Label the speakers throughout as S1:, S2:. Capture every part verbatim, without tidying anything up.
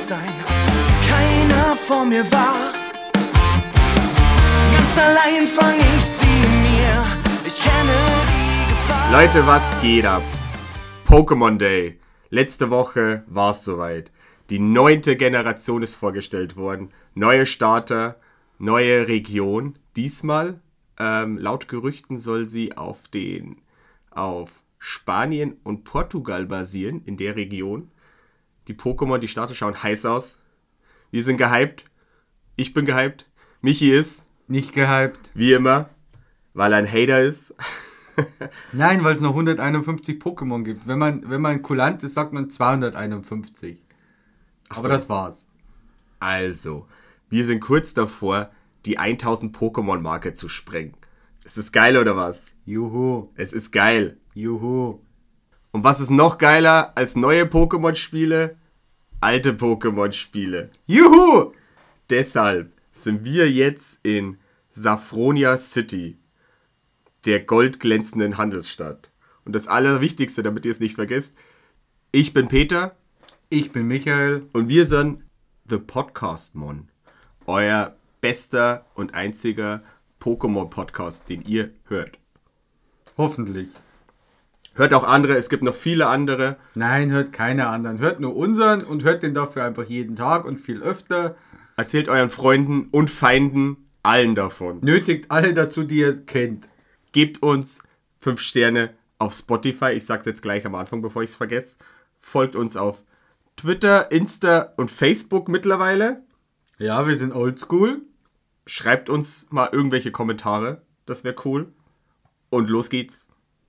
S1: sein. Keiner vor mir war. Ganz allein fang ich sie mir. Ich kenne die Gefahr.
S2: Leute, was geht ab? Pokémon Day. Letzte Woche war es soweit. Die neunte Generation ist vorgestellt worden. Neue Starter, neue Region. Diesmal, ähm, laut Gerüchten, soll sie auf den, auf Spanien und Portugal basieren, in der Region. Die Pokémon, die Starter schauen heiß aus. Wir sind gehypt. Ich bin gehypt. Michi ist
S3: nicht gehypt.
S2: Wie immer, weil er ein Hater ist.
S3: Nein, weil es noch hunderteinundfünfzig Pokémon gibt. Wenn man, wenn man kulant ist, sagt man zweihunderteinundfünfzig.
S2: Ach
S3: Aber
S2: so.
S3: das war's.
S2: Also, wir sind kurz davor, die tausend Pokémon-Marke zu sprengen. Ist das geil oder was?
S3: Juhu.
S2: Es ist geil.
S3: Juhu.
S2: Und was ist noch geiler als neue Pokémon-Spiele? Alte Pokémon-Spiele.
S3: Juhu!
S2: Deshalb sind wir jetzt in Saffronia City, der goldglänzenden Handelsstadt. Und das Allerwichtigste, damit ihr es nicht vergesst, ich bin Peter.
S3: Ich bin Michael.
S2: Und wir sind The Podcast Mon. Euer bester und einziger Pokémon-Podcast, den ihr hört.
S3: Hoffentlich.
S2: Hört auch andere, es gibt noch viele andere.
S3: Nein, hört keine anderen. Hört nur unseren und hört den dafür einfach jeden Tag und viel öfter.
S2: Erzählt euren Freunden und Feinden allen davon.
S3: Nötigt alle dazu, die ihr kennt.
S2: Gebt uns fünf Sterne auf Spotify. Ich sag's jetzt gleich am Anfang, bevor ich es vergesse. Folgt uns auf Twitter, Insta und Facebook mittlerweile.
S3: Ja, wir sind oldschool.
S2: Schreibt uns mal irgendwelche Kommentare. Das wäre cool. Und los geht's.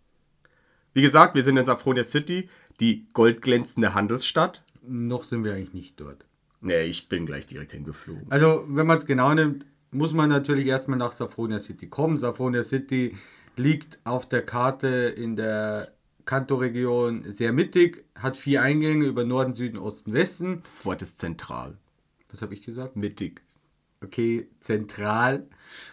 S2: Wie gesagt, wir sind in Saffronia City, die goldglänzende Handelsstadt.
S3: Noch sind wir eigentlich nicht dort.
S2: Nee, ich bin gleich direkt hingeflogen.
S3: Also, wenn man es genau nimmt, muss man natürlich erstmal nach Saffronia City kommen. Saffronia City liegt auf der Karte in der Kanto-Region sehr mittig, hat vier Eingänge über Norden, Süden, Osten, Westen.
S2: Das Wort ist zentral.
S3: Was habe ich gesagt?
S2: Mittig.
S3: Okay, zentral.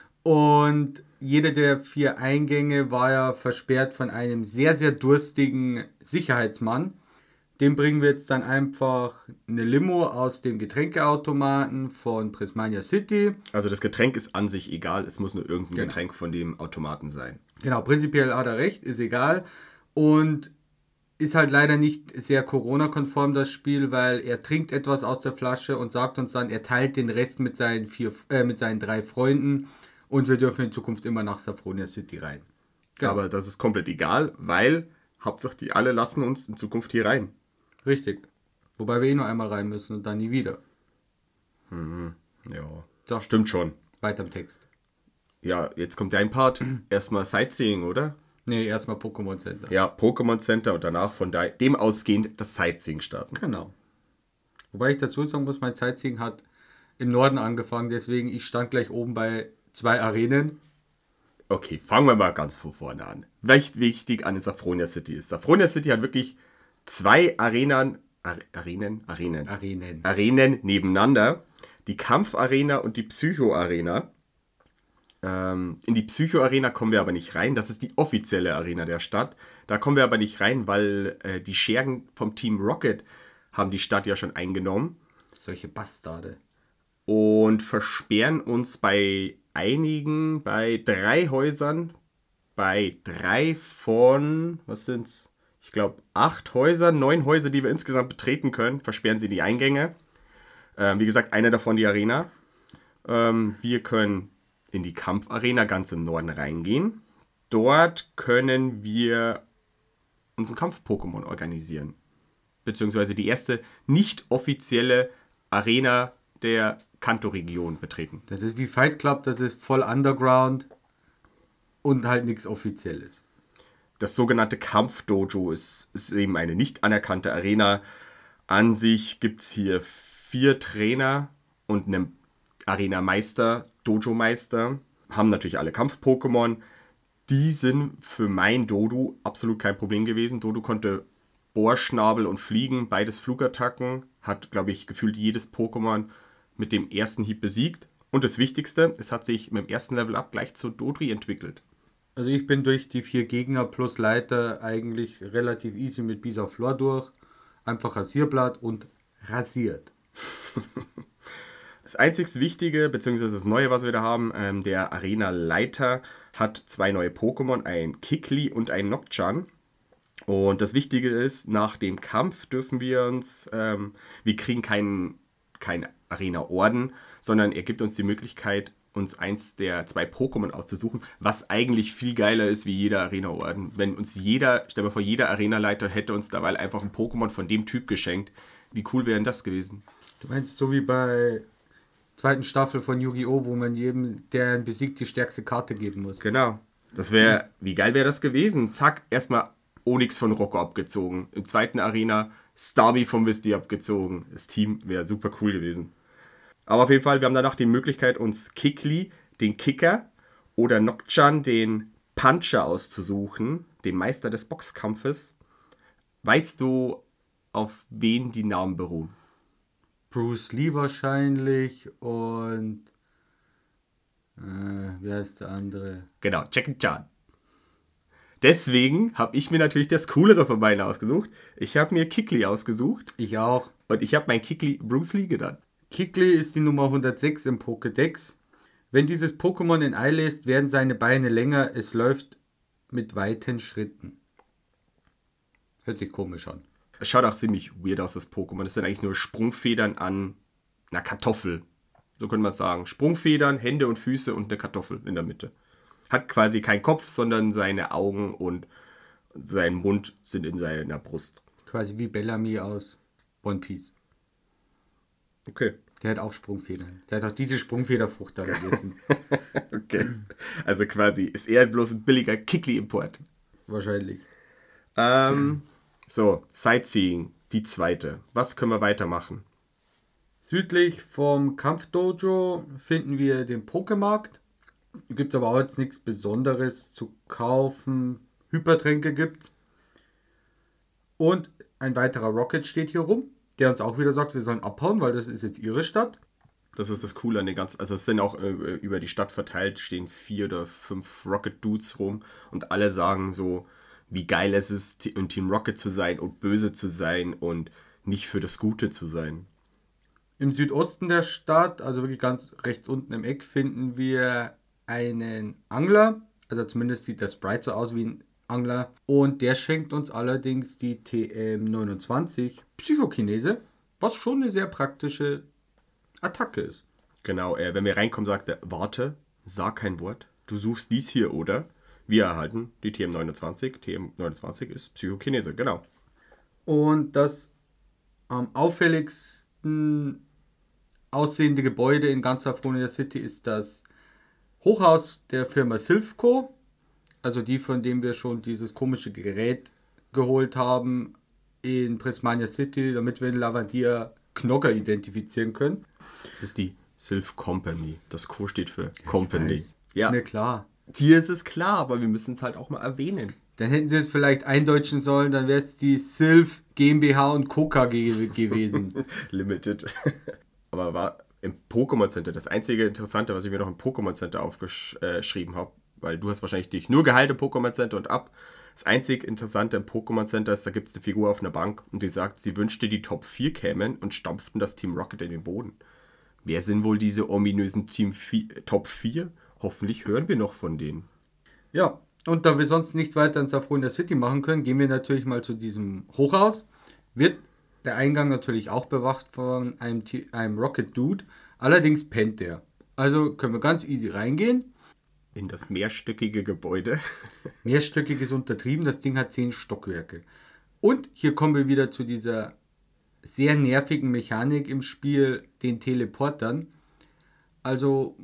S3: Und jeder der vier Eingänge war ja versperrt von einem sehr, sehr durstigen Sicherheitsmann. Dem bringen wir jetzt dann einfach eine Limo aus dem Getränkeautomaten von Prismania City.
S2: Also das Getränk ist an sich egal, es muss nur irgendein
S3: Genau.
S2: Getränk von dem Automaten sein.
S3: Genau, prinzipiell hat er recht, ist egal. Und ist halt leider nicht sehr Corona-konform das Spiel, weil er trinkt etwas aus der Flasche und sagt uns dann, er teilt den Rest mit seinen, vier, äh, mit seinen drei Freunden und wir dürfen in Zukunft immer nach Saffronia City rein.
S2: Genau. Aber das ist komplett egal, weil Hauptsache die alle lassen uns in Zukunft hier rein.
S3: Richtig. Wobei wir eh nur einmal rein müssen und dann nie wieder.
S2: Mhm. Ja,
S3: So,
S2: stimmt schon.
S3: weiter im Text.
S2: Ja, jetzt kommt dein Part. Erstmal Sightseeing, oder?
S3: Nee, erstmal Pokémon Center.
S2: Ja, Pokémon Center und danach von dem ausgehend das Sightseeing starten.
S3: Genau. Wobei ich dazu sagen muss, mein Sightseeing hat im Norden angefangen, deswegen ich stand gleich oben bei zwei Arenen.
S2: Okay, fangen wir mal ganz von vorne an. Recht wichtig an Saffronia City ist. Saffronia City hat wirklich zwei Arenen, Ar- Arenen, Arenen,
S3: Arenen.
S2: Arenen nebeneinander. Die Kampfarena und die Psycho-Arena. Ähm, in die Psycho-Arena kommen wir aber nicht rein. Das ist die offizielle Arena der Stadt. Da kommen wir aber nicht rein, weil äh, die Schergen vom Team Rocket haben die Stadt ja schon eingenommen.
S3: Solche Bastarde.
S2: Und versperren uns bei einigen, bei drei Häusern, bei drei von, was sind's? Ich glaube, acht Häuser, neun Häuser, die wir insgesamt betreten können, versperren sie die Eingänge. Ähm, wie gesagt, eine davon die Arena. Ähm, wir können in die Kampfarena ganz im Norden reingehen. Dort können wir unseren Kampf-Pokémon organisieren. Beziehungsweise die erste nicht offizielle Arena der Kanto-Region betreten.
S3: Das ist wie Fight Club, das ist voll Underground und halt nichts Offizielles.
S2: Das sogenannte Kampf-Dojo ist, ist eben eine nicht anerkannte Arena. An sich gibt es hier vier Trainer und einen Arena-Meister, Dojo-Meister. Haben natürlich alle Kampf-Pokémon. Die sind für mein Dodo absolut kein Problem gewesen. Dodo konnte Bohrschnabel und Fliegen, beides Flugattacken. Hat, glaube ich, gefühlt jedes Pokémon mit dem ersten Hieb besiegt. Und das Wichtigste, es hat sich mit dem ersten Level-Up gleich zu Dodri entwickelt.
S3: Also ich bin durch die vier Gegner plus Leiter eigentlich relativ easy mit Bisaflor durch. Einfach Rasierblatt und rasiert.
S2: Das einzig Wichtige, beziehungsweise das Neue, was wir da haben, ähm, der Arena-Leiter hat zwei neue Pokémon, ein Kikli und ein Nocturne. Und das Wichtige ist, nach dem Kampf dürfen wir uns, ähm, wir kriegen keinen kein Arena-Orden, sondern er gibt uns die Möglichkeit, uns eins der zwei Pokémon auszusuchen, was eigentlich viel geiler ist wie jeder Arena-Orden. Wenn uns jeder, stell dir vor, jeder Arena-Leiter hätte uns dabei einfach ein Pokémon von dem Typ geschenkt. Wie cool wäre denn das gewesen?
S3: Du meinst so wie bei zweiten Staffel von Yu-Gi-Oh!, wo man jedem, der ihn besiegt, die stärkste Karte geben muss.
S2: Genau. Das wäre, wie geil wäre das gewesen? Zack, erstmal Onyx von Rocco abgezogen. Im zweiten Arena Starmie von Misty abgezogen. Das Team wäre super cool gewesen. Aber auf jeden Fall, wir haben danach die Möglichkeit, uns Kikli, den Kicker, oder Nocturne, den Puncher auszusuchen, den Meister des Boxkampfes. Weißt du, auf wen die Namen beruhen?
S3: Bruce Lee wahrscheinlich und äh, wie heißt der andere?
S2: Genau, Jackie Chan. Deswegen habe ich mir natürlich das Coolere von beiden ausgesucht. Ich habe mir Kikli ausgesucht.
S3: Ich auch.
S2: Und ich habe mein Kikli Bruce Lee genannt.
S3: Kikli ist die Nummer hundertsechs im Pokédex. Wenn dieses Pokémon in Eile ist, werden seine Beine länger. Es läuft mit weiten Schritten. Hört sich komisch an.
S2: Es schaut auch ziemlich weird aus, das Pokémon. Das sind eigentlich nur Sprungfedern an einer Kartoffel. So könnte man es sagen. Sprungfedern, Hände und Füße und eine Kartoffel in der Mitte. Hat quasi keinen Kopf, sondern seine Augen und sein Mund sind in seiner Brust.
S3: Quasi wie Bellamy aus One Piece.
S2: Okay.
S3: Der hat auch Sprungfedern. Der hat auch diese Sprungfederfrucht da gegessen.
S2: Okay. Also quasi ist er bloß ein billiger Kikli-Import.
S3: Wahrscheinlich.
S2: Ähm, so, Sightseeing, die zweite. Was können wir weitermachen?
S3: Südlich vom Kampfdojo finden wir den Pokémarkt. Gibt aber auch jetzt nichts Besonderes zu kaufen. Hypertränke gibt's. Und ein weiterer Rocket steht hier rum, der uns auch wieder sagt, wir sollen abhauen, weil das ist jetzt ihre Stadt.
S2: Das ist das Coole an den ganzen, also es sind auch äh, über die Stadt verteilt, stehen vier oder fünf Rocket Dudes rum und alle sagen so, wie geil es ist, in Team Rocket zu sein und böse zu sein und nicht für das Gute zu sein.
S3: Im Südosten der Stadt, also wirklich ganz rechts unten im Eck, finden wir einen Angler. Also zumindest sieht der Sprite so aus wie ein Angler. Und der schenkt uns allerdings die T M neunundzwanzig Psychokinese, was schon eine sehr praktische Attacke ist.
S2: Genau, äh, wenn wir reinkommen, sagt er, warte, sag kein Wort, du suchst dies hier, oder? Wir erhalten die T M neunundzwanzig. T M neunundzwanzig ist Psychokinese, genau.
S3: Und das am auffälligsten aussehende Gebäude in ganz Saphronia City ist das Hochhaus der Firma Silphco, also die, von dem wir schon dieses komische Gerät geholt haben in Prismania City, damit wir in Lavandia Knogger identifizieren können.
S2: Das ist die Sylph Company. Das Co steht für Company.
S3: Weiß,
S2: Ja,
S3: ist mir klar.
S2: dir ist es klar, aber wir müssen es halt auch mal erwähnen.
S3: Dann hätten sie es vielleicht eindeutschen sollen, dann wäre es die Sylph GmbH und Co. K G gewesen.
S2: Limited. Aber war im Pokémon Center das einzige Interessante, was ich mir noch im Pokémon Center aufgeschrieben habe, weil du hast wahrscheinlich dich nur gehalten im Pokémon Center und ab. Das einzig Interessante im Pokémon Center ist, da gibt es eine Figur auf einer Bank und die sagt, sie wünschte, die Top vier kämen und stampften das Team Rocket in den Boden. Wer sind wohl diese ominösen Team vier, Top vier? Hoffentlich hören wir noch von denen.
S3: Ja, und da wir sonst nichts weiter in Saphronia City machen können, gehen wir natürlich mal zu diesem Hochhaus. Wird der Eingang natürlich auch bewacht von einem, T- einem Rocket Dude. Allerdings pennt der. Also können wir ganz easy reingehen.
S2: In das mehrstöckige Gebäude.
S3: Mehrstöckig ist untertrieben, das Ding hat zehn Stockwerke. Und hier kommen wir wieder zu dieser sehr nervigen Mechanik im Spiel, den Teleportern. Also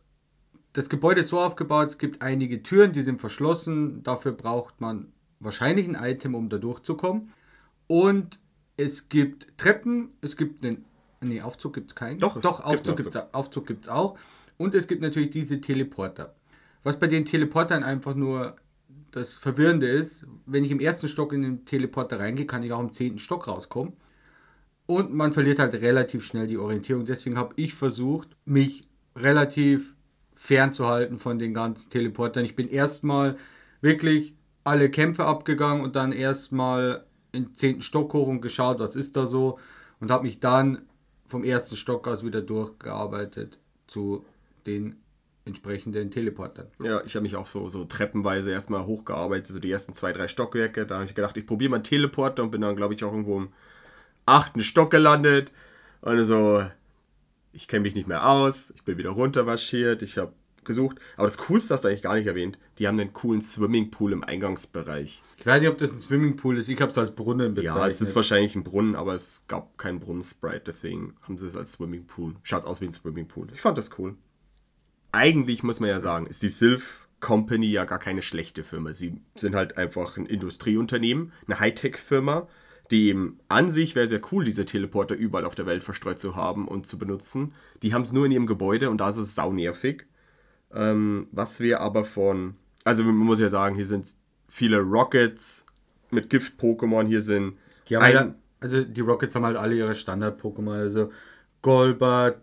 S3: das Gebäude ist so aufgebaut, es gibt einige Türen, die sind verschlossen. Dafür braucht man wahrscheinlich ein Item, um da durchzukommen. Und es gibt Treppen, es gibt einen... Nee, Aufzug gibt es keinen.
S2: Doch, es
S3: Doch
S2: gibt
S3: Aufzug
S2: einen
S3: gibt es Aufzug gibt's auch. Und es gibt natürlich diese Teleporter. Was bei den Teleportern einfach nur das Verwirrende ist, wenn ich im ersten Stock in den Teleporter reingehe, kann ich auch im zehnten Stock rauskommen. Und man verliert halt relativ schnell die Orientierung. Deswegen habe ich versucht, mich relativ fernzuhalten von den ganzen Teleportern. Ich bin erstmal wirklich alle Kämpfe abgegangen und dann erstmal in den zehnten Stock hoch und geschaut, was ist da so. Und habe mich dann vom ersten Stock aus wieder durchgearbeitet zu den entsprechenden Teleportern.
S2: Ja, ich habe mich auch so, so treppenweise erstmal hochgearbeitet, so die ersten zwei, drei Stockwerke. Da habe ich gedacht, ich probiere mal einen Teleporter und bin dann, glaube ich, auch irgendwo im achten Stock gelandet. Und so, ich kenne mich nicht mehr aus, ich bin wieder runtermarschiert, ich habe gesucht. Aber das Coolste hast du eigentlich gar nicht erwähnt. Die haben einen coolen Swimmingpool im Eingangsbereich.
S3: Ich weiß nicht, ob das ein Swimmingpool ist. Ich habe es als Brunnen bezeichnet.
S2: Ja, es ist wahrscheinlich ein Brunnen, aber es gab keinen Brunnensprite. Deswegen haben sie es als Swimmingpool. Schaut aus wie ein Swimmingpool. Ich fand das cool. Eigentlich muss man ja sagen, ist die Sylph Company ja gar keine schlechte Firma. Sie sind halt einfach ein Industrieunternehmen, eine Hightech-Firma, die eben an sich wäre sehr cool, diese Teleporter überall auf der Welt verstreut zu haben und zu benutzen. Die haben es nur in ihrem Gebäude und da ist es saunervig. Ähm, was wir aber von, also man muss ja sagen, hier sind viele Rockets mit Gift-Pokémon, hier sind
S3: Die haben
S2: ein,
S3: halt, also die Rockets haben halt alle ihre Standard-Pokémon, also Golbat,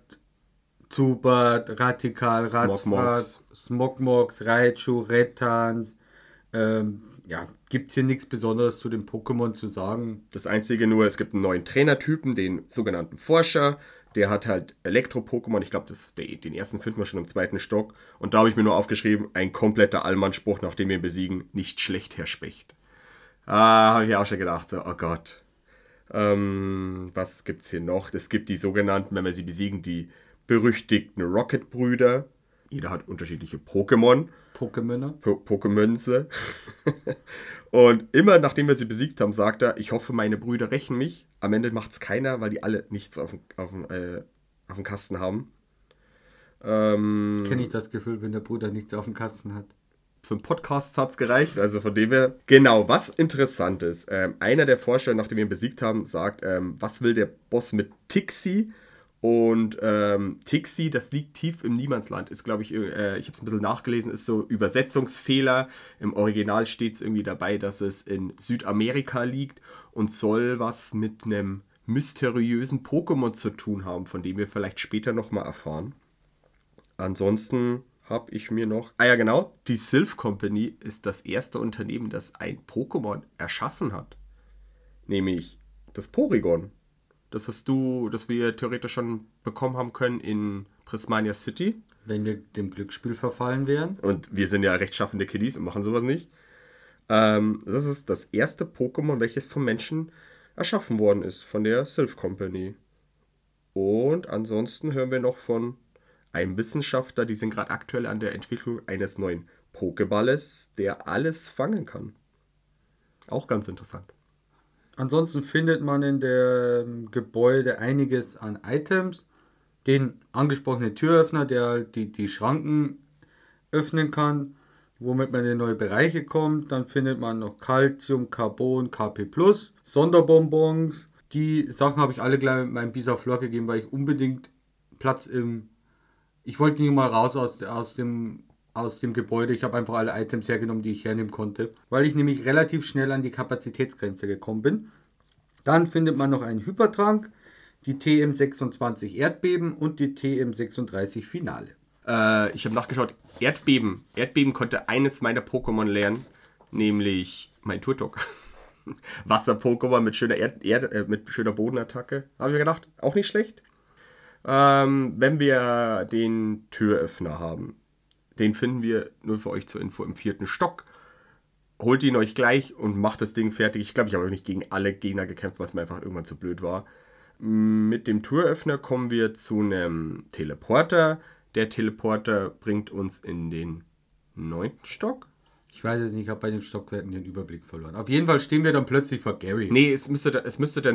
S3: Zubat, Radikal, Ratzfratz, Smogmox, Raichu, Rettans. Ähm, ja, gibt es hier nichts Besonderes zu den Pokémon zu sagen.
S2: Das Einzige nur, es gibt einen neuen Trainertypen, den sogenannten Forscher. Der hat halt Elektro-Pokémon. Ich glaube, den ersten finden wir schon im zweiten Stock. Und da habe ich mir nur aufgeschrieben, ein kompletter Allmann-Spruch, nachdem wir ihn besiegen. Nicht schlecht, Herr Specht. Ah, habe ich auch schon gedacht. So, oh Gott. Ähm, was gibt es hier noch? Es gibt die sogenannten, wenn wir sie besiegen, die berüchtigten Rocket-Brüder. Jeder hat unterschiedliche Pokémon.
S3: Pokémöner.
S2: Po- Pokémönse. Und immer nachdem wir sie besiegt haben, sagt er, ich hoffe, meine Brüder rächen mich. Am Ende macht es keiner, weil die alle nichts auf dem, auf dem, äh, auf dem Kasten haben. Ähm,
S3: Kenne ich das Gefühl, wenn der Bruder nichts auf dem Kasten hat.
S2: Für einen Podcast hat es gereicht, also von dem her. Genau, was interessant ist, ähm, einer der Forscher, nachdem wir ihn besiegt haben, sagt, ähm, was will der Boss mit Tixi? Und ähm, Tixi, das liegt tief im Niemandsland, ist, glaube ich, äh, ich habe es ein bisschen nachgelesen, ist so Übersetzungsfehler. Im Original steht es irgendwie dabei, dass es in Südamerika liegt und soll was mit einem mysteriösen Pokémon zu tun haben, von dem wir vielleicht später nochmal erfahren. Ansonsten habe ich mir noch... Ah ja, genau. Die Sylph Company ist das erste Unternehmen, das ein Pokémon erschaffen hat. Nämlich das Porygon. Das hast du, das wir theoretisch schon bekommen haben können in Prismania City.
S3: Wenn wir dem Glücksspiel verfallen wären.
S2: Und wir sind ja rechtschaffende Kiddies und machen sowas nicht. Ähm, das ist das erste Pokémon, welches vom Menschen erschaffen worden ist, von der Sylph Company. Und ansonsten hören wir noch von einem Wissenschaftler, die sind gerade aktuell an der Entwicklung eines neuen Pokeballes, der alles fangen kann. Auch ganz interessant.
S3: Ansonsten findet man in dem Gebäude einiges an Items. Den angesprochenen Türöffner, der halt die, die Schranken öffnen kann, womit man in neue Bereiche kommt. Dann findet man noch Calcium, Carbon, K P plus, Sonderbonbons. Die Sachen habe ich alle gleich mit meinem Bisaflor gegeben, weil ich unbedingt Platz im... Ich wollte nicht mal raus aus, aus, dem, aus dem Gebäude. Ich habe einfach alle Items hergenommen, die ich hernehmen konnte. Weil ich nämlich relativ schnell an die Kapazitätsgrenze gekommen bin. Dann findet man noch einen Hypertrank, die T M sechsundzwanzig Erdbeben und die T M sechsunddreißig Finale.
S2: Äh, ich habe nachgeschaut, Erdbeben. Erdbeben konnte eines meiner Pokémon lernen, nämlich mein Turtok. Wasser-Pokémon mit schöner, Erd, Erd, äh, mit schöner Bodenattacke. Habe ich mir gedacht, auch nicht schlecht. Ähm, wenn wir den Türöffner haben, den finden wir, nur für euch zur Info, im vierten Stock. Holt ihn euch gleich und macht das Ding fertig. Ich glaube, ich habe nicht gegen alle Gegner gekämpft, was mir einfach irgendwann zu blöd war. Mit dem Türöffner kommen wir zu einem Teleporter. Der Teleporter bringt uns in den neunten Stock.
S3: Ich weiß es nicht, ich habe bei den Stockwerken den Überblick verloren. Auf jeden Fall stehen wir dann plötzlich vor Gary.
S2: Nee, es müsste, der, es müsste der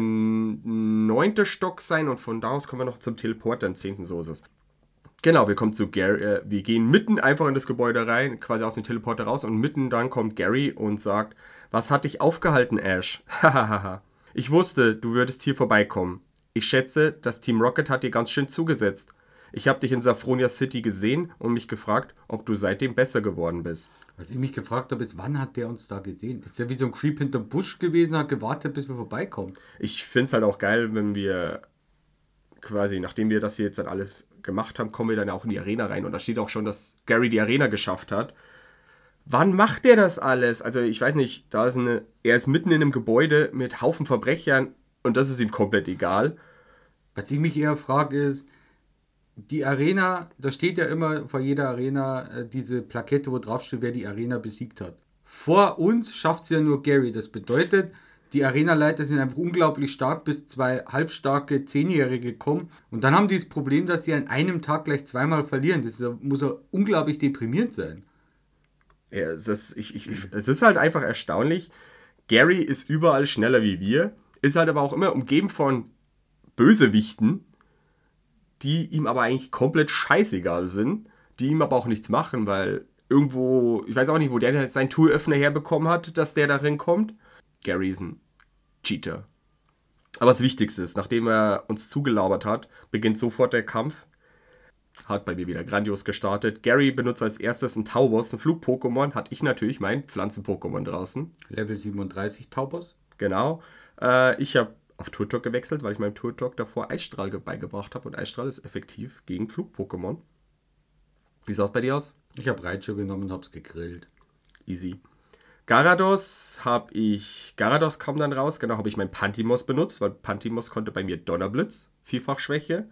S2: neunte Stock sein und von da aus kommen wir noch zum Teleporter im zehnten So ist es. Genau, wir kommen zu Gary. Äh, wir gehen mitten einfach in das Gebäude rein, quasi aus dem Teleporter raus und mitten dann kommt Gary und sagt, was hat dich aufgehalten, Ash? Hahaha. Ich wusste, du würdest hier vorbeikommen. Ich schätze, das Team Rocket hat dir ganz schön zugesetzt. Ich habe dich in Saffronia City gesehen und mich gefragt, ob du seitdem besser geworden bist.
S3: Was ich mich gefragt habe, ist, wann hat der uns da gesehen? Ist der wie so ein Creep hinterm Busch gewesen, hat gewartet, bis wir vorbeikommen?
S2: Ich finde es halt auch geil, wenn wir quasi, nachdem wir das hier jetzt dann alles gemacht haben, kommen wir dann auch in die Arena rein. Und da steht auch schon, dass Gary die Arena geschafft hat. Wann macht der das alles? Also ich weiß nicht, da ist eine, er ist mitten in einem Gebäude mit Haufen Verbrechern und das ist ihm komplett egal.
S3: Was ich mich eher frage ist, die Arena, da steht ja immer vor jeder Arena äh, diese Plakette, wo drauf steht, wer die Arena besiegt hat. Vor uns schafft es ja nur Gary. Das bedeutet, die Arenaleiter sind einfach unglaublich stark, bis zwei halbstarke Zehnjährige kommen. Und dann haben die das Problem, dass die an einem Tag gleich zweimal verlieren. Das ist, muss ja unglaublich deprimierend sein.
S2: Ja, es ist, ich, ich, ich, es ist halt einfach erstaunlich. Gary ist überall schneller wie wir, ist halt aber auch immer umgeben von Bösewichten, die ihm aber eigentlich komplett scheißegal sind, die ihm aber auch nichts machen, weil irgendwo, ich weiß auch nicht, wo der seinen Türöffner herbekommen hat, dass der darin kommt. Gary ist ein Cheater. Aber das Wichtigste ist, nachdem er uns zugelabert hat, beginnt sofort der Kampf. Hat bei mir wieder grandios gestartet. Gary benutzt als erstes ein Taubos, ein Flug-Pokémon. Hatte ich natürlich mein Pflanzen-Pokémon draußen.
S3: Level siebenunddreißig Taubos.
S2: Genau. Äh, ich habe auf Turtok gewechselt, weil ich meinem Turtok davor Eisstrahl beigebracht habe. Und Eisstrahl ist effektiv gegen Flug-Pokémon. Wie sah es bei dir aus?
S3: Ich habe Raichu genommen und habe es gegrillt.
S2: Easy. Gyarados habe ich... Gyarados kam dann raus. Genau, habe ich mein Pantimos benutzt, weil Pantimos konnte bei mir Donnerblitz. Vielfachschwäche.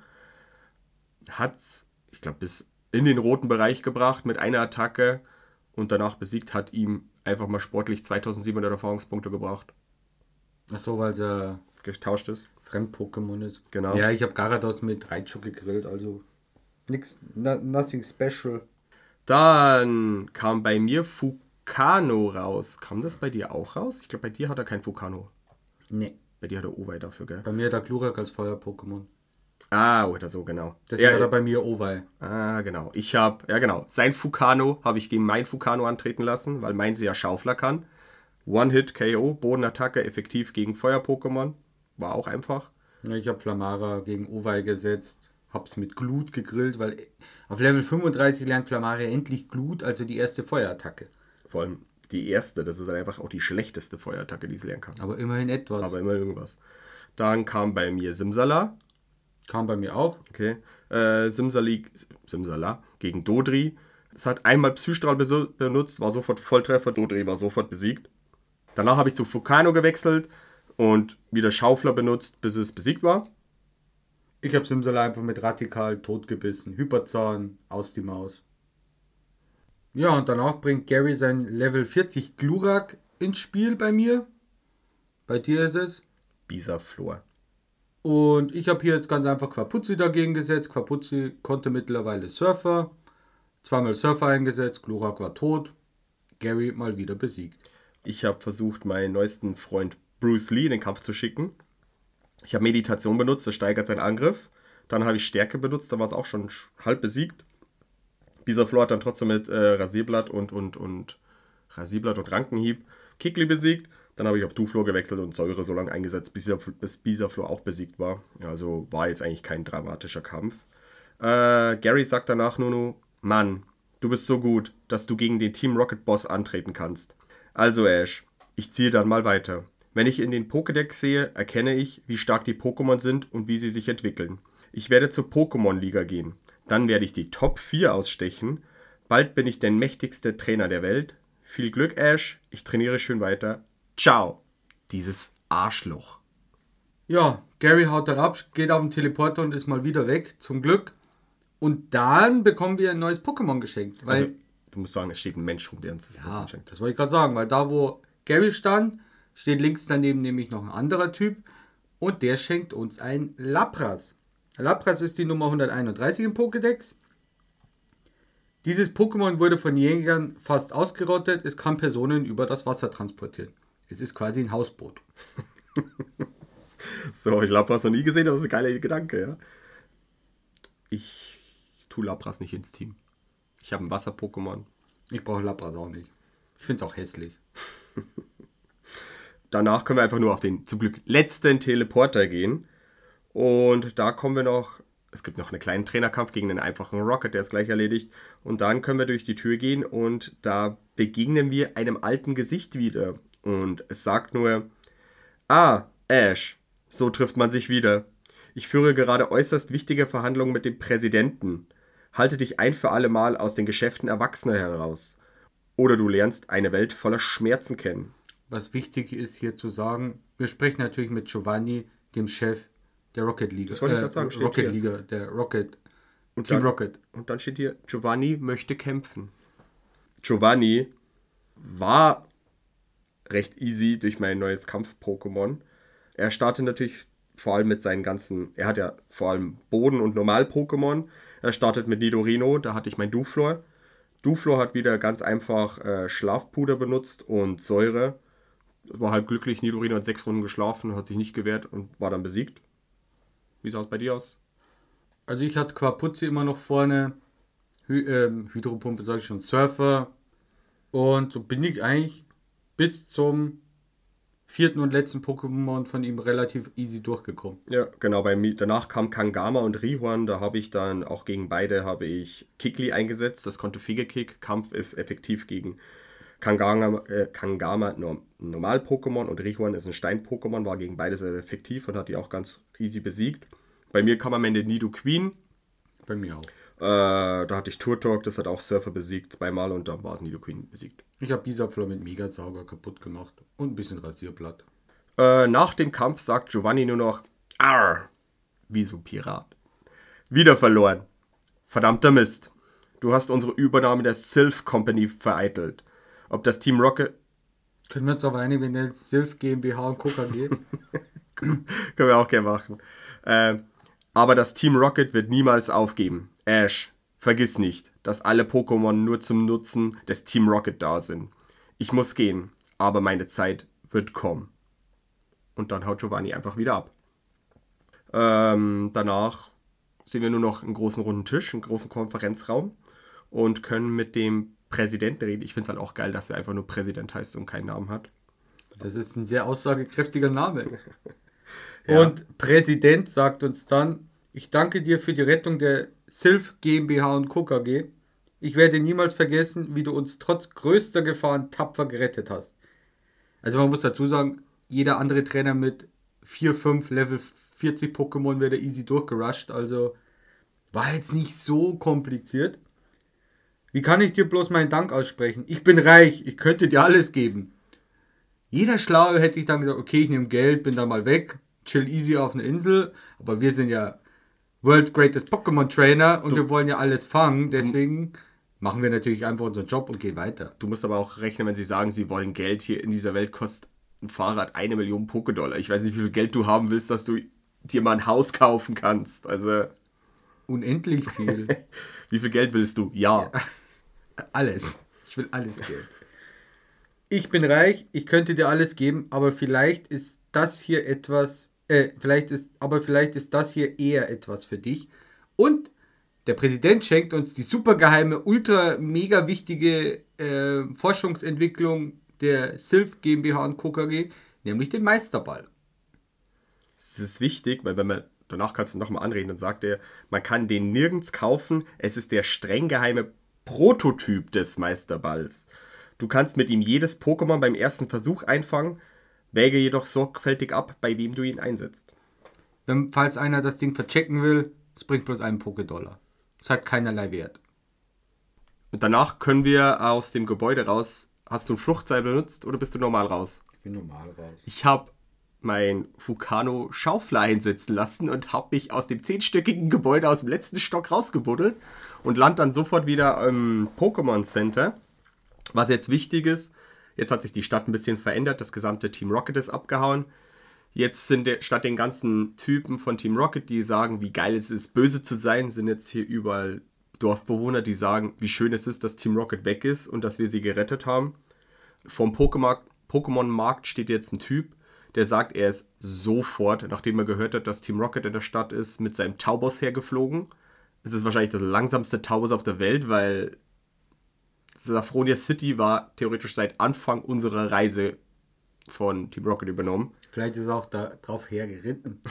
S2: Hat's, ich glaube, bis in den roten Bereich gebracht mit einer Attacke. Und danach besiegt, hat ihm einfach mal sportlich zweitausendsiebenhundert Erfahrungspunkte gebracht.
S3: Ach so, weil er
S2: getauscht ist.
S3: Fremd-Pokémon ist.
S2: Genau.
S3: Ja, ich habe Gyarados mit Raichu gegrillt, also nix, no, nothing special.
S2: Dann kam bei mir Fukano raus. Kam das bei dir auch raus? Ich glaube, bei dir hat er kein Fukano.
S3: Nee.
S2: Bei dir hat er Owei dafür, gell?
S3: Bei mir hat er Glurak als Feuer-Pokémon.
S2: Ah, oder so, genau.
S3: Deswegen hat er bei mir Owei.
S2: Ah, genau. Ich habe, ja genau, sein Fukano habe ich gegen mein Fukano antreten lassen, weil mein sie ja Schaufler kann. One-Hit-K O, Bodenattacke, effektiv gegen Feuer-Pokémon. War auch einfach.
S3: Ja, ich habe Flamara gegen Owei gesetzt. Hab's mit Glut gegrillt, weil auf Level fünfunddreißig lernt Flamara endlich Glut, also die erste Feuerattacke.
S2: Vor allem die erste, das ist dann einfach auch die schlechteste Feuerattacke, die sie lernen kann.
S3: Aber immerhin etwas.
S2: Aber immer irgendwas. Dann kam bei mir Simsala.
S3: Kam bei mir auch.
S2: Okay. Äh, Simsali, Simsala gegen Dodri. Es hat einmal Psystrahl benutzt, war sofort Volltreffer. Dodri war sofort besiegt. Danach habe ich zu Fukano gewechselt und wieder Schaufler benutzt, bis es besiegt war.
S3: Ich habe Simsala einfach mit Radikal totgebissen. Hyperzahn, aus die Maus. Ja, und danach bringt Gary sein Level vierzig Glurak ins Spiel bei mir. Bei dir ist es
S2: Bisaflor.
S3: Und ich habe hier jetzt ganz einfach Quapuzzi dagegen gesetzt. Quapuzzi konnte mittlerweile Surfer. Zweimal Surfer eingesetzt, Glurak war tot. Gary mal wieder besiegt.
S2: Ich habe versucht, meinen neuesten Freund Bruce Lee in den Kampf zu schicken. Ich habe Meditation benutzt, das steigert seinen Angriff. Dann habe ich Stärke benutzt, dann war es auch schon halb besiegt. Bisaflor hat dann trotzdem mit äh, Rasierblatt und, und, und Rasierblatt und Rankenhieb Kikli besiegt. Dann habe ich auf Duflor gewechselt und Säure so lange eingesetzt, bis, bis Bisaflor auch besiegt war. Also war jetzt eigentlich kein dramatischer Kampf. Äh, Gary sagt danach nur noch, Mann, du bist so gut, dass du gegen den Team Rocket Boss antreten kannst. Also Ash, ich ziehe dann mal weiter. Wenn ich in den Pokédex sehe, erkenne ich, wie stark die Pokémon sind und wie sie sich entwickeln. Ich werde zur Pokémon-Liga gehen. Dann werde ich die Top vier ausstechen. Bald bin ich der mächtigste Trainer der Welt. Viel Glück, Ash. Ich trainiere schön weiter. Ciao. Dieses Arschloch.
S3: Ja, Gary haut dann ab, geht auf den Teleporter und ist mal wieder weg, zum Glück. Und dann bekommen wir ein neues Pokémon geschenkt. Weil,
S2: Also, du musst sagen, es steht ein Mensch rum, der uns das
S3: ja,
S2: Pokémon schenkt.
S3: das wollte ich gerade sagen, weil da, wo Gary stand, steht links daneben nämlich noch ein anderer Typ und der schenkt uns ein Lapras. Lapras ist die Nummer hunderteinunddreißig im Pokédex. Dieses Pokémon wurde von Jägern fast ausgerottet, es kann Personen über das Wasser transportieren. Es ist quasi ein Hausboot.
S2: So, ich Lapras noch nie gesehen, aber das ist ein geiler Gedanke, ja. Ich tue Lapras nicht ins Team. Ich habe ein Wasser-Pokémon.
S3: Ich brauche Lapras auch nicht. Ich finde es auch hässlich.
S2: Danach können wir einfach nur auf den zum Glück letzten Teleporter gehen. Und da kommen wir noch, es gibt noch einen kleinen Trainerkampf gegen einen einfachen Rocket, der ist gleich erledigt. Und dann können wir durch die Tür gehen und da begegnen wir einem alten Gesicht wieder. Und es sagt nur, ah, Ash, so trifft man sich wieder. Ich führe gerade äußerst wichtige Verhandlungen mit dem Präsidenten. Halte dich ein für alle Mal aus den Geschäften Erwachsener heraus. Oder du lernst eine Welt voller Schmerzen kennen.
S3: Was wichtig ist hier zu sagen, wir sprechen natürlich mit Giovanni, dem Chef Der Rocket League.
S2: Das wollte ich gerade sagen, steht
S3: Rocket
S2: hier.
S3: League, der Rocket.
S2: Und
S3: Team
S2: dann,
S3: Rocket.
S2: Und dann steht hier, Giovanni möchte kämpfen. Giovanni war recht easy durch mein neues Kampf-Pokémon. Er startet natürlich vor allem mit seinen ganzen, er hat ja vor allem Boden- und Normal-Pokémon. Er startet mit Nidorino, da hatte ich mein Duflor. Duflor hat wieder ganz einfach äh, Schlafpuder benutzt und Säure. War halt glücklich, Nidorino hat sechs Runden geschlafen, hat sich nicht gewehrt und war dann besiegt. Wie sah es bei dir aus?
S3: Also ich hatte Quapuzzi immer noch vorne, Hy ähm, Hydropumpe sage ich schon, Surfer. Und so bin ich eigentlich bis zum vierten und letzten Pokémon von ihm relativ easy durchgekommen.
S2: Ja, genau. Bei mir, danach kam Kangama und Rihorn. Da habe ich dann auch gegen beide habe ich Kikli eingesetzt. Das konnte Fege-Kick. Kampf ist effektiv gegen Kangama, äh, Kangama Norm Normal-Pokémon und Rihorn ist ein Stein-Pokémon. War gegen beide sehr effektiv und hat die auch ganz easy besiegt. Bei mir kam am Ende Nidoqueen.
S3: Bei mir auch.
S2: Äh, da hatte ich Turtok, das hat auch Surfer besiegt zweimal und dann war es Nidoqueen besiegt.
S3: Ich habe Bisaflor mit Megasauger kaputt gemacht und ein bisschen Rasierblatt.
S2: Äh, nach dem Kampf sagt Giovanni nur noch Arr, wie so ein Pirat. Wieder verloren. Verdammter Mist. Du hast unsere Übernahme der Sylph Company vereitelt. Ob das Team Rocket...
S3: Können wir uns aber einigen, wenn der Sylph GmbH und Co. K G?
S2: Können wir auch gerne machen. Äh, aber das Team Rocket wird niemals aufgeben. Ash, vergiss nicht, dass alle Pokémon nur zum Nutzen des Team Rocket da sind. Ich muss gehen, aber meine Zeit wird kommen. Und dann haut Giovanni einfach wieder ab. Ähm, danach sehen wir nur noch einen großen runden Tisch, einen großen Konferenzraum und können mit dem Präsidenten reden. Ich finde es halt auch geil, dass er einfach nur Präsident heißt und keinen Namen hat.
S3: Das ist ein sehr aussagekräftiger Name.
S2: Ja.
S3: Und Präsident sagt uns dann, ich danke dir für die Rettung der Sylph GmbH und Co. K G. Ich werde niemals vergessen, wie du uns trotz größter Gefahren tapfer gerettet hast. Also man muss dazu sagen, jeder andere Trainer mit vier, fünf, Level vierzig Pokémon wäre easy durchgerusht. Also war jetzt nicht so kompliziert. Wie kann ich dir bloß meinen Dank aussprechen? Ich bin reich, ich könnte dir alles geben. Jeder Schlaue hätte sich dann gesagt, okay, ich nehme Geld, bin dann mal weg, chill easy auf einer Insel. Aber wir sind ja World's Greatest Pokémon Trainer und
S2: Du,
S3: wir wollen ja alles fangen. Deswegen machen wir natürlich einfach unseren Job und gehen weiter.
S2: Du musst aber auch rechnen, wenn sie sagen, sie wollen Geld. Hier in dieser Welt kostet ein Fahrrad eine Million Pokédollar. Ich weiß nicht, wie viel Geld du haben willst, dass du dir mal ein Haus kaufen kannst. Also,
S3: Unendlich viel.
S2: wie viel Geld willst du? Ja.
S3: Alles. Ich will alles Geld. Ich bin reich, ich könnte dir alles geben, aber vielleicht ist das hier etwas, äh, vielleicht ist, aber vielleicht ist das hier eher etwas für dich. Und der Präsident schenkt uns die supergeheime, ultra mega wichtige äh, Forschungsentwicklung der Sylph GmbH und Co. K G, nämlich den Meisterball.
S2: Es ist wichtig, weil wenn man, danach kannst du nochmal anreden, dann sagt er, man kann den nirgends kaufen, es ist der streng geheime Prototyp des Meisterballs. Du kannst mit ihm jedes Pokémon beim ersten Versuch einfangen, wäge jedoch sorgfältig ab, bei wem du ihn einsetzt.
S3: Wenn, falls einer das Ding verchecken will, es bringt bloß einen Pokédollar. Es hat keinerlei Wert.
S2: Und danach können wir aus dem Gebäude raus. Hast du ein Fluchtseil benutzt oder bist du normal raus?
S3: Ich bin normal raus.
S2: Ich habe mein Fukano Schaufler einsetzen lassen und habe mich aus dem zehnstöckigen Gebäude aus dem letzten Stock rausgebuddelt und land dann sofort wieder im Pokémon Center. Was jetzt wichtig ist, jetzt hat sich die Stadt ein bisschen verändert, das gesamte Team Rocket ist abgehauen. Jetzt sind der, statt den ganzen Typen von Team Rocket, die sagen, wie geil es ist, böse zu sein, sind jetzt hier überall Dorfbewohner, die sagen, wie schön es ist, dass Team Rocket weg ist und dass wir sie gerettet haben. Vom Pokémon-Markt steht jetzt ein Typ, der sagt, er ist sofort, nachdem er gehört hat, dass Team Rocket in der Stadt ist, mit seinem Taubos hergeflogen. Es ist wahrscheinlich das langsamste Taubos auf der Welt, weil Saffronia City war theoretisch seit Anfang unserer Reise von Team Rocket übernommen.
S3: Vielleicht ist er auch da drauf hergeritten.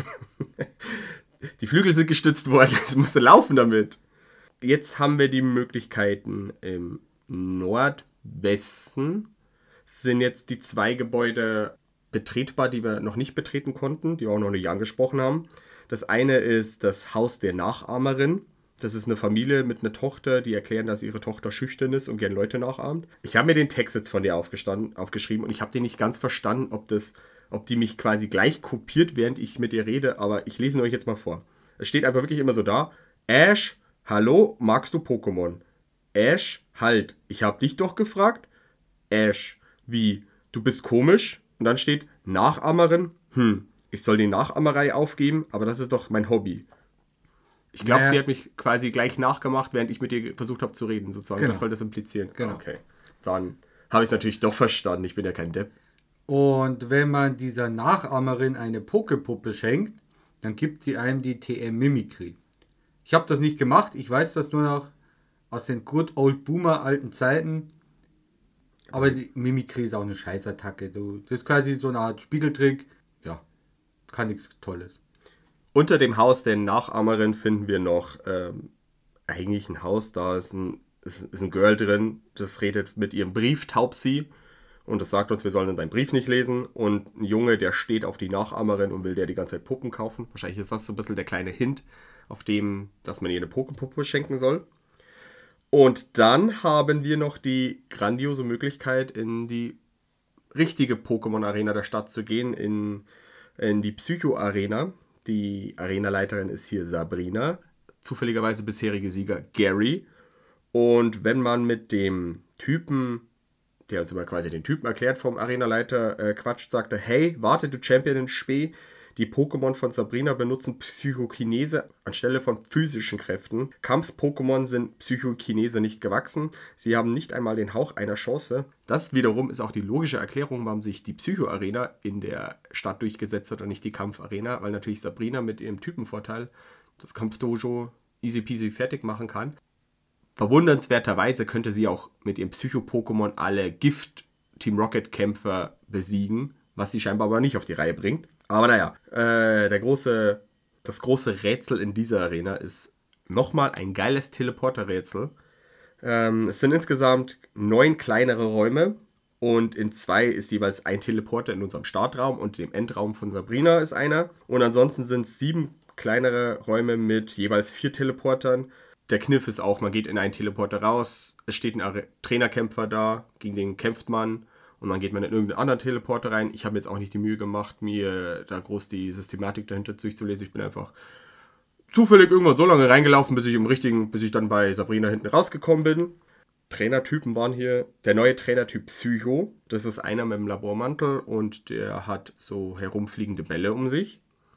S2: Die Flügel sind gestützt worden, es musste laufen damit. Jetzt haben wir die Möglichkeiten im Nordwesten. Sind jetzt die zwei Gebäude betretbar, die wir noch nicht betreten konnten, die wir auch noch nicht angesprochen haben. Das eine ist das Haus der Nachahmerin. Das ist eine Familie mit einer Tochter, die erklären, dass ihre Tochter schüchtern ist und gern Leute nachahmt. Ich habe mir den Text jetzt von dir aufgestanden, aufgeschrieben und ich habe den nicht ganz verstanden, ob, das, ob die mich quasi gleich kopiert, während ich mit ihr rede, aber ich lese ihn euch jetzt mal vor. Es steht einfach wirklich immer so da. Ash, hallo, magst du Pokémon? Ash, halt, ich habe dich doch gefragt. Ash, wie, du bist komisch? Und dann steht Nachahmerin, hm, ich soll die Nachahmerei aufgeben, aber das ist doch mein Hobby. Ich glaube, naja. Sie hat mich quasi gleich nachgemacht, während ich mit ihr versucht habe zu reden, sozusagen. Genau. Das soll das implizieren.
S3: Genau.
S2: Okay, dann habe ich es natürlich doch verstanden. Ich bin ja kein Depp.
S3: Und wenn man dieser Nachahmerin eine Pokepuppe schenkt, dann gibt sie einem die T M Mimikry. Ich habe das nicht gemacht. Ich weiß das nur noch aus den Good Old Boomer alten Zeiten. Aber die Mimikry ist auch eine Scheißattacke. Das ist quasi so eine Art Spiegeltrick. Ja, kann nichts Tolles.
S2: Unter dem Haus der Nachahmerin finden wir noch ähm, eigentlich ein Haus, da ist ein, ist, ist ein Girl drin, das redet mit ihrem Brief Taubsi und das sagt uns, wir sollen seinen Brief nicht lesen und ein Junge, der steht auf die Nachahmerin und will der die ganze Zeit Puppen kaufen. Wahrscheinlich ist das so ein bisschen der kleine Hint, auf dem, dass man ihr eine Pokepuppe schenken soll. Und dann haben wir noch die grandiose Möglichkeit, in die richtige Pokémon-Arena der Stadt zu gehen, in, in die Psycho-Arena. Die Arenaleiterin ist hier Sabrina, zufälligerweise bisherige Sieger Gary. Und wenn man mit dem Typen, der uns immer quasi den Typen erklärt vom Arenaleiter, äh, quatscht, sagt er, hey, warte du Champion in Spee, die Pokémon von Sabrina benutzen Psychokinese anstelle von physischen Kräften. Kampf-Pokémon sind Psychokinese nicht gewachsen. Sie haben nicht einmal den Hauch einer Chance. Das wiederum ist auch die logische Erklärung, warum sich die Psycho-Arena in der Stadt durchgesetzt hat und nicht die Kampf-Arena, weil natürlich Sabrina mit ihrem Typenvorteil das Kampf-Dojo easy peasy fertig machen kann. Verwundernswerterweise könnte sie auch mit ihrem Psycho-Pokémon alle Gift-Team Rocket-Kämpfer besiegen, was sie scheinbar aber nicht auf die Reihe bringt. Aber naja, äh, der große, das große Rätsel in dieser Arena ist nochmal ein geiles Teleporter-Rätsel. Ähm, es sind insgesamt neun kleinere Räume und in zwei ist jeweils ein Teleporter in unserem Startraum und dem Endraum von Sabrina ist einer. Und ansonsten sind es sieben kleinere Räume mit jeweils vier Teleportern. Der Kniff ist auch, man geht in einen Teleporter raus, es steht ein Are- Trainerkämpfer da, gegen den kämpft man. Und dann geht man in irgendeinen anderen Teleporter rein. Ich habe jetzt auch nicht die Mühe gemacht, mir da groß die Systematik dahinter durchzulesen. Ich bin einfach zufällig irgendwann so lange reingelaufen, bis ich im richtigen, bis ich dann bei Sabrina hinten rausgekommen bin. Trainertypen waren hier. Der neue Trainertyp Psycho. Das ist einer mit dem Labormantel und der hat so herumfliegende Bälle um sich.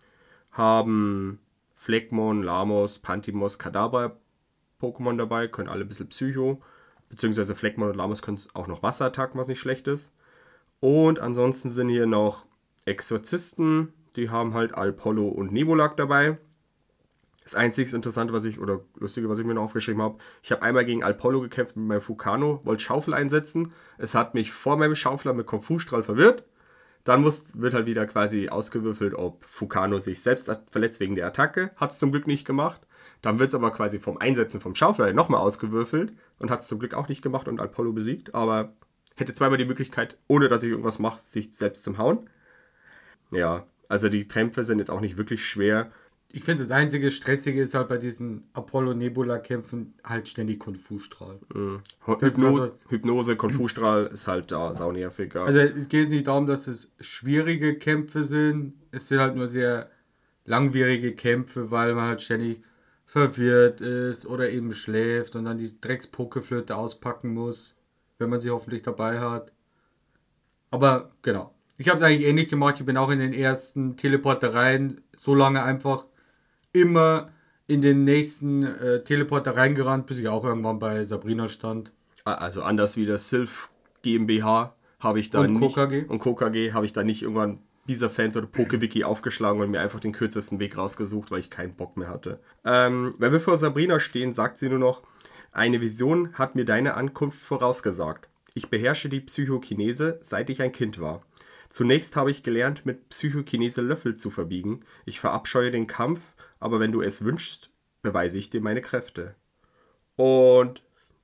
S2: Haben Fleckmon, Lamos, Pantimos, Kadabra-Pokémon dabei. Können alle ein bisschen Psycho. Beziehungsweise Fleckmon und Lamos können auch noch Wasser attacken, was nicht schlecht ist. Und ansonsten sind hier noch Exorzisten, die haben halt Alpollo und Nebulak dabei. Das einzige Interessante, was ich, oder Lustige, was ich mir noch aufgeschrieben habe, ich habe einmal gegen Alpollo gekämpft mit meinem Fukano, wollte Schaufel einsetzen. Es hat mich vor meinem Schaufler mit Konfusstrahl verwirrt. Dann muss, wird halt wieder quasi ausgewürfelt, ob Fukano sich selbst verletzt wegen der Attacke. Hat es zum Glück nicht gemacht. Dann wird es aber quasi vom Einsetzen vom Schaufler nochmal ausgewürfelt und hat es zum Glück auch nicht gemacht und Alpollo besiegt, aber hätte zweimal die Möglichkeit, ohne dass ich irgendwas mache, sich selbst zum Hauen. Ja, also die Kämpfe sind jetzt auch nicht wirklich schwer.
S3: Ich finde, das einzige Stressige ist halt bei diesen Apollo-Nebula-Kämpfen halt ständig Konfusstrahl.
S2: Mhm. Hypnose, also, Hypnose, Konfusstrahl ist halt da saunervig. Ja.
S3: Also es geht nicht darum, dass es schwierige Kämpfe sind, es sind halt nur sehr langwierige Kämpfe, weil man halt ständig verwirrt ist oder eben schläft und dann die Drecks-Pokeflöte auspacken muss, wenn man sie hoffentlich dabei hat. Aber genau. Ich habe es eigentlich ähnlich gemacht. Ich bin auch in den ersten Teleporter rein so lange einfach immer in den nächsten äh, Teleporter reingerannt, bis ich auch irgendwann bei Sabrina stand.
S2: Also anders wie das Sylph GmbH habe ich da
S3: und
S2: nicht...
S3: K K G.
S2: Und K K G habe ich da nicht irgendwann dieser Fans oder PokeWiki aufgeschlagen und mir einfach den kürzesten Weg rausgesucht, weil ich keinen Bock mehr hatte. Ähm, wenn wir vor Sabrina stehen, sagt sie nur noch, eine Vision hat mir deine Ankunft vorausgesagt. Ich beherrsche die Psychokinese, seit ich ein Kind war. Zunächst habe ich gelernt, mit Psychokinese Löffel zu verbiegen. Ich verabscheue den Kampf, aber wenn du es wünschst, beweise ich dir meine Kräfte. Und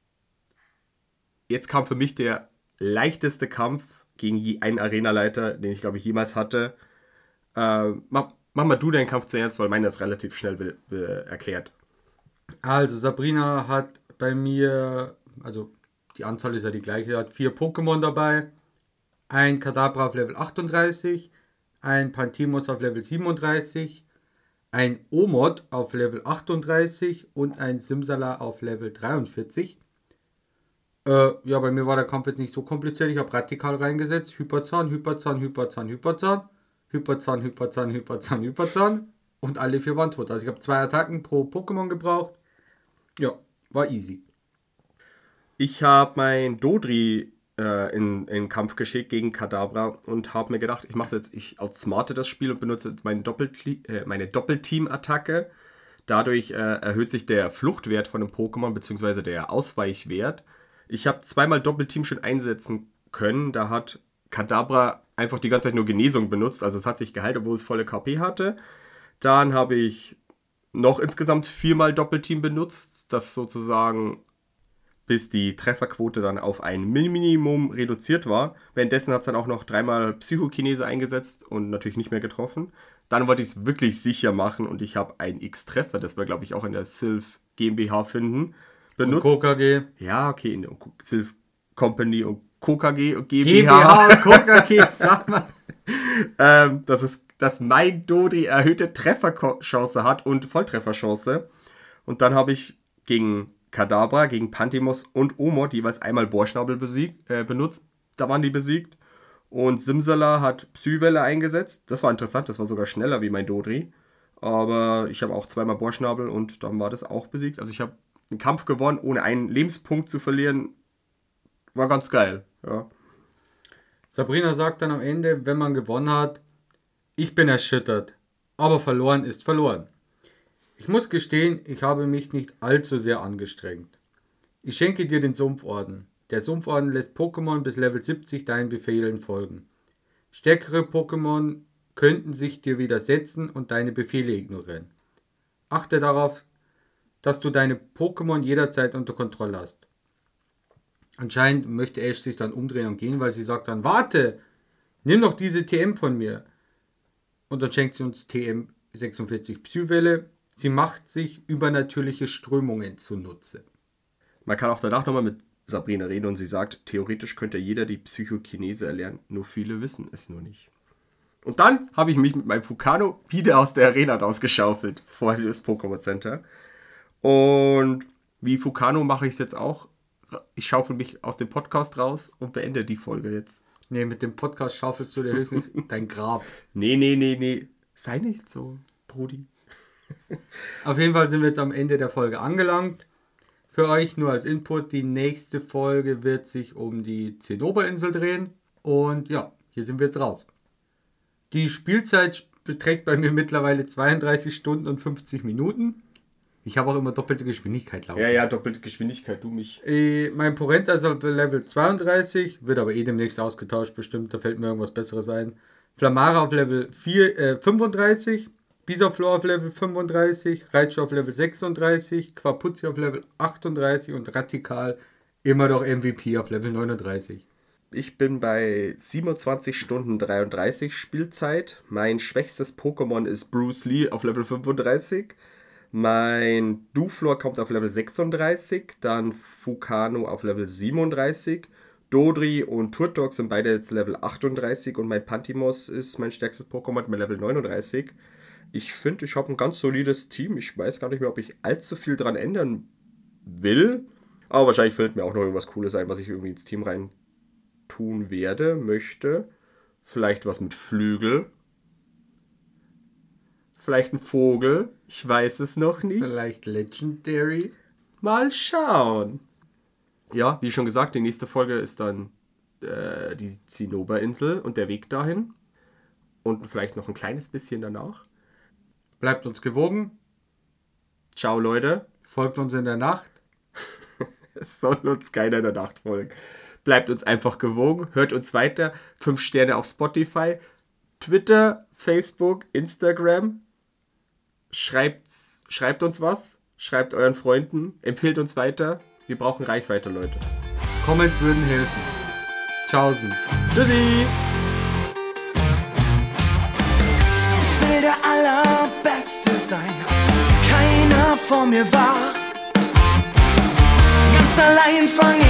S2: jetzt kam für mich der leichteste Kampf gegen einen Arenaleiter, den ich glaube ich jemals hatte. Äh, mach, mach mal du deinen Kampf zuerst, weil meiner ist relativ schnell be- be- erklärt.
S3: Also Sabrina hat bei mir, also die Anzahl ist ja die gleiche, hat vier Pokémon dabei. Ein Kadabra auf Level achtunddreißig, ein Pantimos auf Level siebenunddreißig, ein Omod auf Level achtunddreißig und ein Simsala auf Level dreiundvierzig. Äh, ja, bei mir war der Kampf jetzt nicht so kompliziert. Ich habe Radikal reingesetzt. Hyperzahn, Hyperzahn, Hyperzahn, Hyperzahn, Hyperzahn, Hyperzahn, Hyperzahn, Hyperzahn. Und alle vier waren tot. Also ich habe zwei Attacken pro Pokémon gebraucht. Ja, war easy.
S2: Ich habe mein Dodri äh, in, in den Kampf geschickt gegen Kadabra und habe mir gedacht, ich mache jetzt, ich outsmarte das Spiel und benutze jetzt meine, Doppeltle- äh, meine Doppelteam-Attacke. Dadurch äh, erhöht sich der Fluchtwert von dem Pokémon, beziehungsweise der Ausweichwert. Ich habe zweimal Doppelteam schon einsetzen können. Da hat Kadabra einfach die ganze Zeit nur Genesung benutzt. Also es hat sich geheilt, obwohl es volle K P hatte. Dann habe ich noch insgesamt viermal Doppelteam benutzt. Das sozusagen bis die Trefferquote dann auf ein Minimum reduziert war. Währenddessen hat es dann auch noch dreimal Psychokinese eingesetzt und natürlich nicht mehr getroffen. Dann wollte ich es wirklich sicher machen und ich habe einen X-Treffer, das wir glaube ich auch in der Sylph GmbH finden, benutzt.
S3: Und K K G.
S2: Ja, okay, in der Sylph Company und K K G und GmbH.
S3: GmbH und K K G, sag mal.
S2: ähm, das ist, dass mein Dodri erhöhte Trefferchance hat und Volltrefferchance. Und dann habe ich gegen Kadabra, gegen Pantimos und Omod jeweils einmal Bohrschnabel besiegt, äh, benutzt. Da waren die besiegt. Und Simsala hat Psywelle eingesetzt. Das war interessant, das war sogar schneller wie mein Dodri. Aber ich habe auch zweimal Bohrschnabel und dann war das auch besiegt. Also ich habe einen Kampf gewonnen, ohne einen Lebenspunkt zu verlieren. War ganz geil, ja.
S3: Sabrina sagt dann am Ende, wenn man gewonnen hat, ich bin erschüttert, aber verloren ist verloren. Ich muss gestehen, ich habe mich nicht allzu sehr angestrengt. Ich schenke dir den Sumpforden. Der Sumpforden lässt Pokémon bis Level siebzig deinen Befehlen folgen. Stärkere Pokémon könnten sich dir widersetzen und deine Befehle ignorieren. Achte darauf, dass du deine Pokémon jederzeit unter Kontrolle hast. Anscheinend möchte Ash sich dann umdrehen und gehen, weil sie sagt dann, warte, nimm doch diese T M von mir. Und dann schenkt sie uns T M sechsundvierzig Psywelle. Sie macht sich übernatürliche Strömungen zunutze.
S2: Man kann auch danach nochmal mit Sabrina reden und sie sagt, theoretisch könnte jeder die Psychokinese erlernen, nur viele wissen es nur nicht. Und dann habe ich mich mit meinem Fukano wieder aus der Arena rausgeschaufelt, vor das Pokémon Center. Und wie Fukano mache ich es jetzt auch. Ich schaufel mich aus dem Podcast raus und beende die Folge jetzt.
S3: Nee, mit dem Podcast schaufelst du dir höchstens dein Grab.
S2: Nee, nee, nee, nee. Sei nicht so, Brudi.
S3: Auf jeden Fall sind wir jetzt am Ende der Folge angelangt. Für euch nur als Input, die nächste Folge wird sich um die Zinnoberinsel drehen. Und ja, hier sind wir jetzt raus. Die Spielzeit beträgt bei mir mittlerweile zweiunddreißig Stunden und fünfzig Minuten. Ich habe auch immer doppelte Geschwindigkeit laufen.
S2: Ja, ja, doppelte Geschwindigkeit, du mich.
S3: Äh, mein Porenta ist auf Level zweiunddreißig, wird aber eh demnächst ausgetauscht bestimmt, da fällt mir irgendwas Besseres ein. Flamara auf Level vier, äh, fünfunddreißig, Bisaflor auf Level fünfunddreißig, Raichu auf Level sechsunddreißig, Quapuzzi auf Level achtunddreißig und Radikal immer noch M V P auf Level neununddreißig.
S2: Ich bin bei siebenundzwanzig Stunden dreiunddreißig Spielzeit. Mein schwächstes Pokémon ist Bruce Lee auf Level fünfunddreißig. Mein Duflor kommt auf Level sechsunddreißig, dann Fukano auf Level siebenunddreißig, Dodri und Turtok sind beide jetzt Level achtunddreißig und mein Pantimos ist mein stärkstes Pokémon mit Level neununddreißig. Ich finde, ich habe ein ganz solides Team. Ich weiß gar nicht mehr, ob ich allzu viel dran ändern will, aber wahrscheinlich fällt mir auch noch irgendwas Cooles ein, was ich irgendwie ins Team rein tun werde, möchte. Vielleicht was mit Flügel. Vielleicht ein Vogel. Ich weiß es noch nicht.
S3: Vielleicht Legendary.
S2: Mal schauen. Ja, wie schon gesagt, die nächste Folge ist dann äh, die Zinnoberinsel und der Weg dahin. Und vielleicht noch ein kleines bisschen danach.
S3: Bleibt uns gewogen.
S2: Ciao, Leute.
S3: Folgt uns in der Nacht.
S2: Es soll uns keiner in der Nacht folgen. Bleibt uns einfach gewogen. Hört uns weiter. Fünf Sterne auf Spotify. Twitter, Facebook, Instagram. Schreibt, schreibt uns was. Schreibt euren Freunden. Empfehlt uns weiter. Wir brauchen Reichweite, Leute.
S3: Comments würden helfen. Tschaußen.
S2: Tschüssi.
S1: Ich will der Allerbeste sein, keiner vor mir war. allein fang